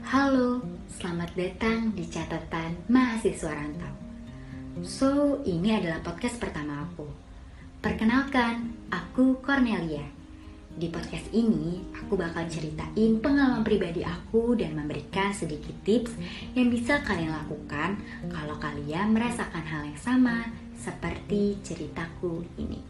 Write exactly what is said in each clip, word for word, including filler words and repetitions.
Halo, selamat datang di catatan mahasiswa rantau. So, ini adalah podcast pertama aku. Perkenalkan, aku Cornelia. Di podcast ini, aku bakal ceritain pengalaman pribadi aku dan memberikan sedikit tips yang bisa kalian lakukan kalau kalian merasakan hal yang sama seperti ceritaku ini.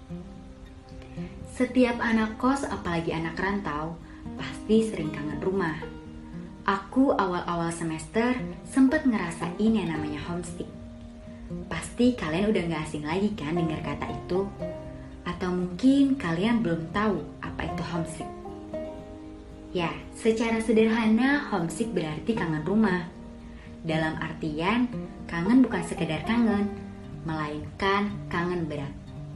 Setiap anak kos, apalagi anak rantau, pasti sering kangen rumah. Aku awal-awal semester sempat ngerasain yang namanya homesick. Pasti kalian udah gak asing lagi kan dengar kata itu? Atau mungkin kalian belum tahu apa itu homesick? Ya, secara sederhana homesick berarti kangen rumah. Dalam artian, kangen bukan sekedar kangen, melainkan kangen berat.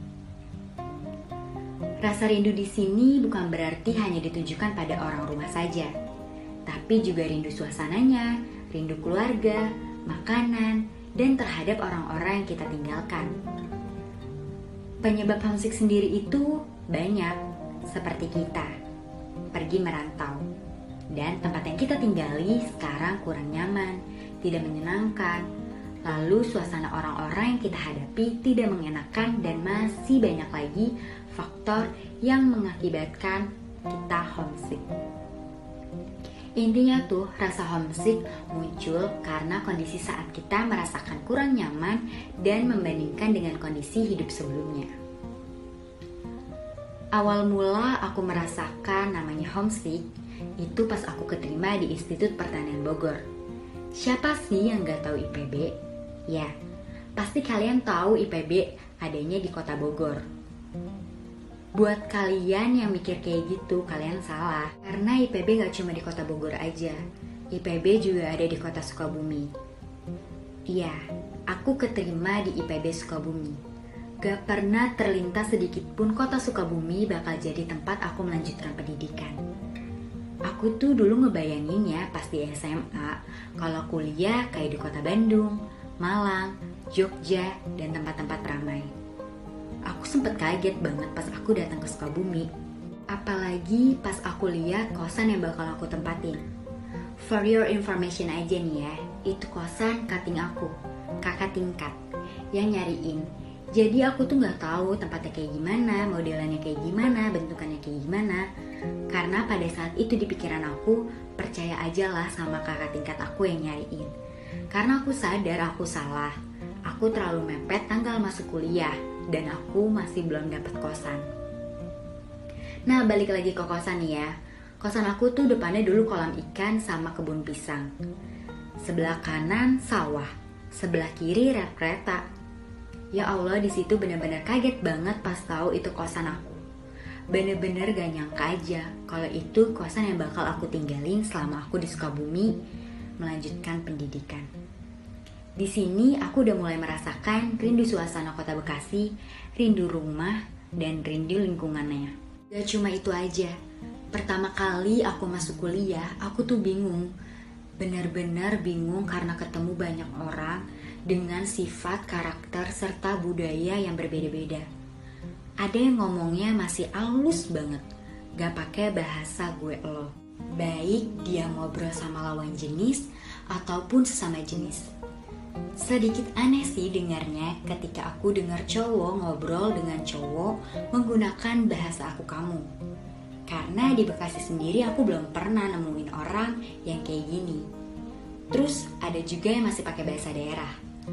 Rasa rindu di sini bukan berarti hanya ditunjukkan pada orang rumah saja, tapi juga rindu suasananya, rindu keluarga, makanan, dan terhadap orang-orang yang kita tinggalkan. Penyebab homesick sendiri itu banyak, seperti kita pergi merantau, dan tempat yang kita tinggali sekarang kurang nyaman, tidak menyenangkan, lalu suasana orang-orang yang kita hadapi tidak mengenakan, dan masih banyak lagi faktor yang mengakibatkan kita homesick. Intinya tuh, rasa homesick muncul karena kondisi saat kita merasakan kurang nyaman dan membandingkan dengan kondisi hidup sebelumnya. Awal mula aku merasakan namanya homesick itu pas aku keterima di Institut Pertanian Bogor. Siapa sih yang gak tahu I P B? Ya, pasti kalian tahu I P B adanya di kota Bogor. Buat kalian yang mikir kayak gitu, kalian salah. Karena I P B gak cuma di kota Bogor aja. I P B juga ada di kota Sukabumi. Iya, aku keterima di I P B Sukabumi. Gak pernah terlintas sedikit pun kota Sukabumi bakal jadi tempat aku melanjutkan pendidikan. Aku tuh dulu ngebayangin ya pas di S M A, kalau kuliah kayak di kota Bandung, Malang, Jogja, dan tempat-tempat ramai. Aku sempet kaget banget pas aku datang ke Sukabumi. Apalagi pas aku lihat kosan yang bakal aku tempatin. For your information aja nih ya, itu kosan cutting aku, kakak tingkat, yang nyariin. Jadi aku tuh gak tahu tempatnya kayak gimana, modelannya kayak gimana, bentukannya kayak gimana. Karena pada saat itu di pikiran aku, percaya aja lah sama kakak tingkat aku yang nyariin. Karena aku sadar aku salah. Aku terlalu mepet tanggal masuk kuliah dan aku masih belum dapat kosan. Nah, balik lagi ke kosan nih ya. Kosan aku tuh depannya dulu kolam ikan sama kebun pisang. Sebelah kanan sawah, sebelah kiri rel kereta. Ya Allah, di situ benar-benar kaget banget pas tahu itu kosan aku. Bener-bener gak nyangka aja kalau itu kosan yang bakal aku tinggalin selama aku di Sukabumi melanjutkan pendidikan. Di sini aku udah mulai merasakan rindu suasana kota Bekasi, rindu rumah, dan rindu lingkungannya. Gak cuma itu aja. Pertama kali aku masuk kuliah, aku tuh bingung. Benar-benar bingung karena ketemu banyak orang dengan sifat, karakter, serta budaya yang berbeda-beda. Ada yang ngomongnya masih halus banget, gak pakai bahasa gue lo. Baik dia ngobrol sama lawan jenis ataupun sesama jenis. Sedikit aneh sih dengarnya ketika aku dengar cowok ngobrol dengan cowok menggunakan bahasa aku kamu. Karena di Bekasi sendiri aku belum pernah nemuin orang yang kayak gini. Terus ada juga yang masih pakai bahasa daerah.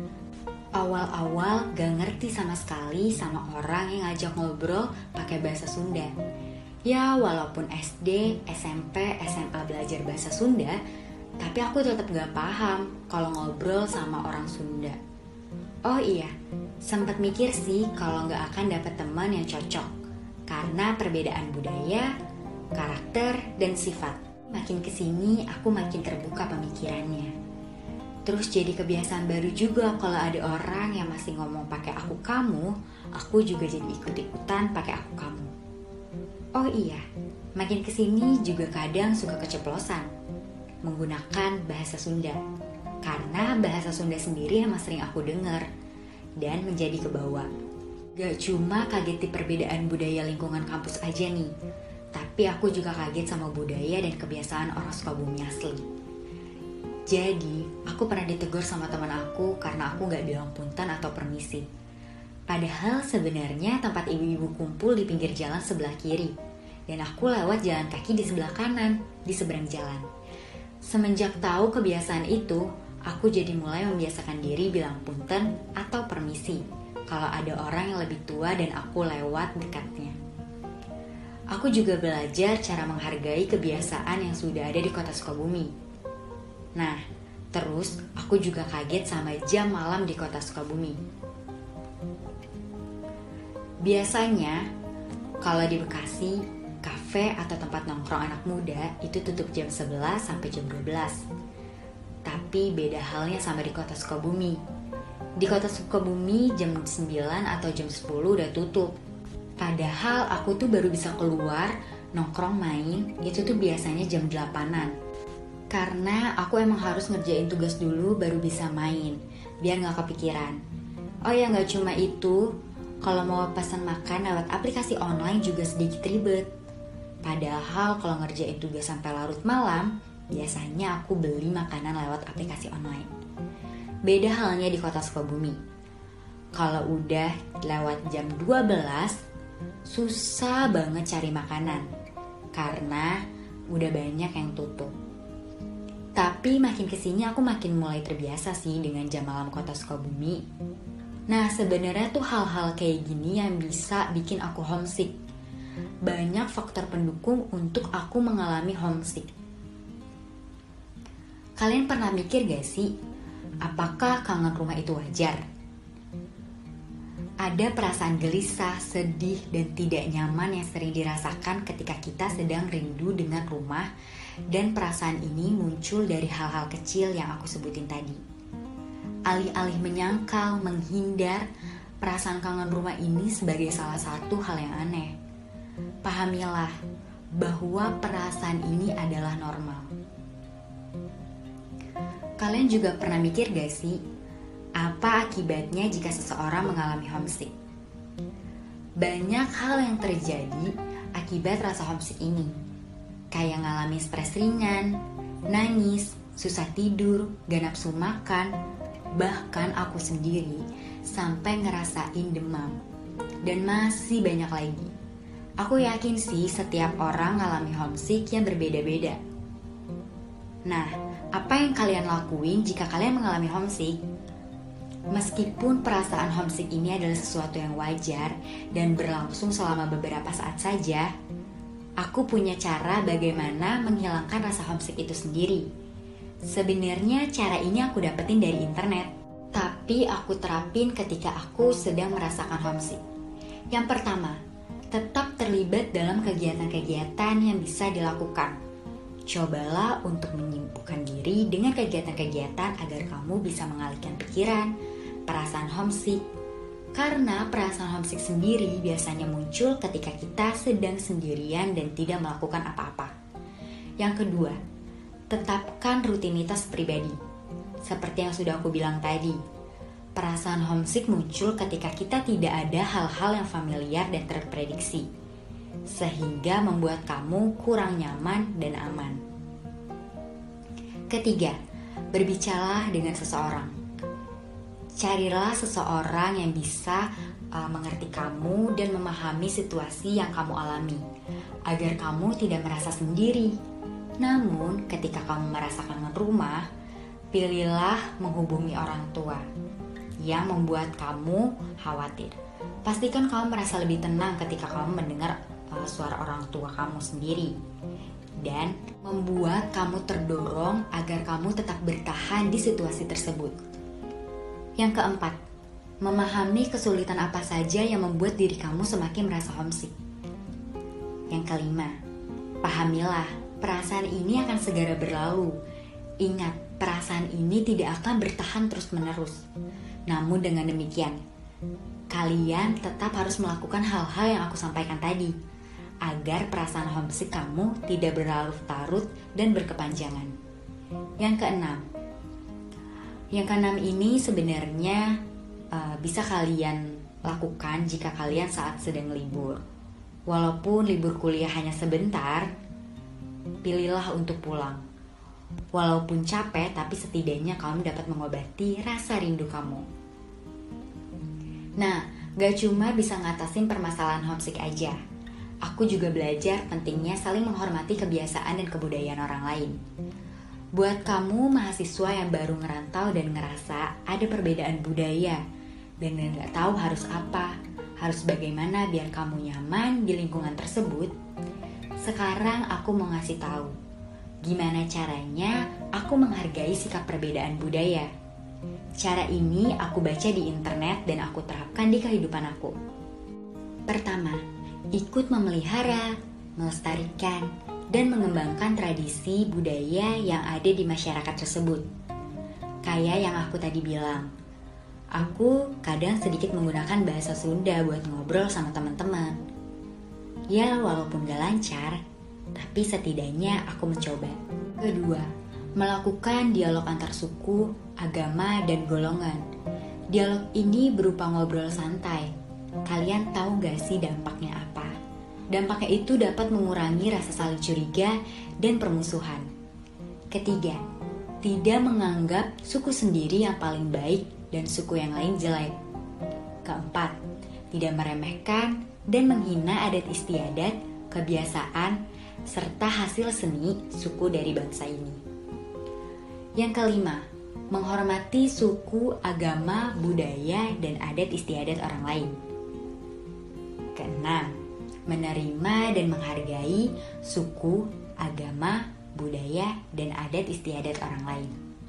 Awal-awal gak ngerti sama sekali sama orang yang ngajak ngobrol pakai bahasa Sunda. Ya walaupun S D, S M P, S M A belajar bahasa Sunda, tapi aku tetap gak paham kalau ngobrol sama orang Sunda. Oh iya, sempat mikir sih kalau gak akan dapet teman yang cocok karena perbedaan budaya, karakter, dan sifat. Makin kesini aku makin terbuka pemikirannya. Terus jadi kebiasaan baru juga kalau ada orang yang masih ngomong pakai aku kamu, aku juga jadi ikut-ikutan pakai aku kamu. Oh iya, makin kesini juga kadang suka keceplosan menggunakan bahasa Sunda. Karena bahasa Sunda sendiri emang sering aku dengar dan menjadi kebawa. Gak cuma kaget di perbedaan budaya lingkungan kampus aja nih, tapi aku juga kaget sama budaya dan kebiasaan orang Sukabumi asli. Jadi, aku pernah ditegur sama teman aku karena aku gak bilang punten atau permisi. Padahal sebenarnya tempat ibu-ibu kumpul di pinggir jalan sebelah kiri. Dan aku lewat jalan kaki di sebelah kanan, di seberang jalan. Semenjak tahu kebiasaan itu, aku jadi mulai membiasakan diri bilang punten atau permisi kalau ada orang yang lebih tua dan aku lewat dekatnya. Aku juga belajar cara menghargai kebiasaan yang sudah ada di kota Sukabumi. Nah, terus aku juga kaget sama jam malam di kota Sukabumi. Biasanya, kalau di Bekasi, kafe atau tempat nongkrong anak muda itu tutup jam sebelas sampai jam dua belas. Tapi beda halnya sama di kota Sukabumi. Di kota Sukabumi jam sembilan atau jam sepuluh udah tutup. Padahal aku tuh baru bisa keluar, nongkrong main, itu tuh biasanya jam delapanan. Karena aku emang harus ngerjain tugas dulu baru bisa main, biar gak kepikiran. Oh ya, gak cuma itu, kalau mau pesan makan lewat aplikasi online juga sedikit ribet. Padahal kalau ngerjain tugas sampai larut malam, biasanya aku beli makanan lewat aplikasi online. Beda halnya di kota Sukabumi. Kalau udah lewat jam dua belas, susah banget cari makanan, karena udah banyak yang tutup. Tapi makin kesini aku makin mulai terbiasa sih dengan jam malam kota Sukabumi. Nah, sebenarnya tuh hal-hal kayak gini yang bisa bikin aku homesick. Banyak faktor pendukung untuk aku mengalami homesick. Kalian pernah mikir gak sih, apakah kangen rumah itu wajar? Ada perasaan gelisah, sedih, dan tidak nyaman yang sering dirasakan ketika kita sedang rindu dengan rumah. Dan perasaan ini muncul dari hal-hal kecil yang aku sebutin tadi. Alih-alih menyangkal, menghindar, perasaan kangen rumah ini sebagai salah satu hal yang aneh. Pahamilah bahwa perasaan ini adalah normal. Kalian juga pernah mikir gak sih, apa akibatnya jika seseorang mengalami homesick? Banyak hal yang terjadi akibat rasa homesick ini. Kayak ngalami stres ringan, nangis, susah tidur, gak nafsu makan, bahkan aku sendiri sampai ngerasain demam. Dan masih banyak lagi. Aku yakin sih setiap orang ngalami homesick yang berbeda-beda. Nah, apa yang kalian lakuin jika kalian mengalami homesick? Meskipun perasaan homesick ini adalah sesuatu yang wajar dan berlangsung selama beberapa saat saja, aku punya cara bagaimana menghilangkan rasa homesick itu sendiri. Sebenarnya cara ini aku dapetin dari internet, tapi aku terapin ketika aku sedang merasakan homesick. Yang pertama, tetap terlibat dalam kegiatan-kegiatan yang bisa dilakukan. Cobalah untuk menyibukkan diri dengan kegiatan-kegiatan agar kamu bisa mengalihkan pikiran, perasaan homesick. Karena perasaan homesick sendiri biasanya muncul ketika kita sedang sendirian dan tidak melakukan apa-apa. Yang kedua, tetapkan rutinitas pribadi. Seperti yang sudah aku bilang tadi, perasaan homesick muncul ketika kita tidak ada hal-hal yang familiar dan terprediksi, sehingga membuat kamu kurang nyaman dan aman. Ketiga, berbicara dengan seseorang. Carilah seseorang yang bisa uh, mengerti kamu dan memahami situasi yang kamu alami, agar kamu tidak merasa sendiri. Namun, ketika kamu merasa kangen rumah, pilihlah menghubungi orang tua yang membuat kamu khawatir. Pastikan kamu merasa lebih tenang ketika kamu mendengar uh, suara orang tua kamu sendiri, dan membuat kamu terdorong agar kamu tetap bertahan di situasi tersebut. Yang keempat, memahami kesulitan apa saja yang membuat diri kamu semakin merasa homesick. Yang kelima, pahamilah perasaan ini akan segera berlalu. Ingat, perasaan ini tidak akan bertahan terus-menerus. Namun dengan demikian, kalian tetap harus melakukan hal-hal yang aku sampaikan tadi, agar perasaan homesick kamu tidak berlarut-larut dan berkepanjangan. Yang keenam, Yang keenam ini sebenarnya uh, bisa kalian lakukan jika kalian saat sedang libur. Walaupun libur kuliah hanya sebentar, pilihlah untuk pulang. Walaupun capek, tapi setidaknya kamu dapat mengobati rasa rindu kamu. Nah, gak cuma bisa ngatasin permasalahan homesick aja. Aku juga belajar pentingnya saling menghormati kebiasaan dan kebudayaan orang lain. Buat kamu mahasiswa yang baru ngerantau dan ngerasa ada perbedaan budaya dan gak tahu harus apa, harus bagaimana biar kamu nyaman di lingkungan tersebut, sekarang aku mau ngasih tahu gimana caranya aku menghargai sikap perbedaan budaya. Cara ini aku baca di internet dan aku terapkan di kehidupan aku. Pertama, ikut memelihara, melestarikan, dan mengembangkan tradisi budaya yang ada di masyarakat tersebut. Kayak yang aku tadi bilang, aku kadang sedikit menggunakan bahasa Sunda buat ngobrol sama teman-teman. Ya, walaupun gak lancar, tapi setidaknya aku mencoba. Kedua, melakukan dialog antar suku, agama, dan golongan. Dialog ini berupa ngobrol santai. Kalian tahu gak sih dampaknya apa? Dampaknya itu dapat mengurangi rasa saling curiga dan permusuhan. Ketiga, tidak menganggap suku sendiri yang paling baik dan suku yang lain jelek. Keempat, tidak meremehkan dan menghina adat istiadat, kebiasaan, serta hasil seni suku dari bangsa ini. Yang kelima, menghormati suku, agama, budaya, dan adat istiadat orang lain. Keenam, menerima dan menghargai suku, agama, budaya, dan adat istiadat orang lain.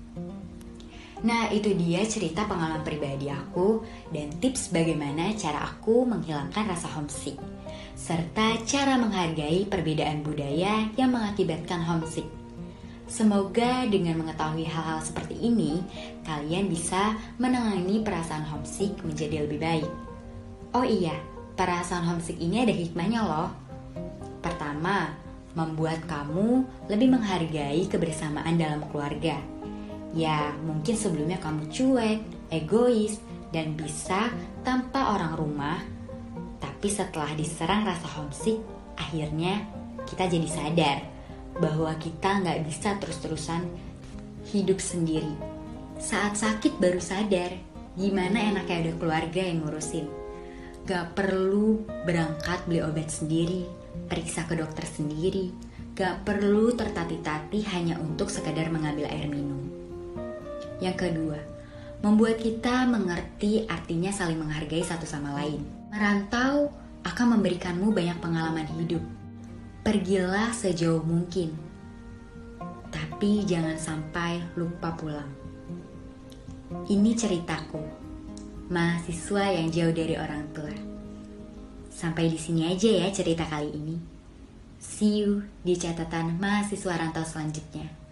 Nah, itu dia cerita pengalaman pribadi aku dan tips bagaimana cara aku menghilangkan rasa homesick, serta cara menghargai perbedaan budaya yang mengakibatkan homesick. Semoga dengan mengetahui hal-hal seperti ini, kalian bisa menangani perasaan homesick menjadi lebih baik. Oh iya, perasaan homesick ini ada hikmahnya loh. Pertama, membuat kamu lebih menghargai kebersamaan dalam keluarga. Ya, mungkin sebelumnya kamu cuek, egois, dan bisa tanpa orang rumah. Tapi setelah diserang rasa homesick, akhirnya kita jadi sadar bahwa kita nggak bisa terus-terusan hidup sendiri. Saat sakit baru sadar gimana enaknya ada keluarga yang ngurusin. Gak perlu berangkat beli obat sendiri, periksa ke dokter sendiri. Gak perlu tertati-tati hanya untuk sekadar mengambil air minum. Yang kedua, membuat kita mengerti artinya saling menghargai satu sama lain. Merantau akan memberikanmu banyak pengalaman hidup. Pergilah sejauh mungkin, tapi jangan sampai lupa pulang. Ini ceritaku, mahasiswa yang jauh dari orang tua. Sampai di sini aja ya cerita kali ini. See you di catatan mahasiswa rantau selanjutnya.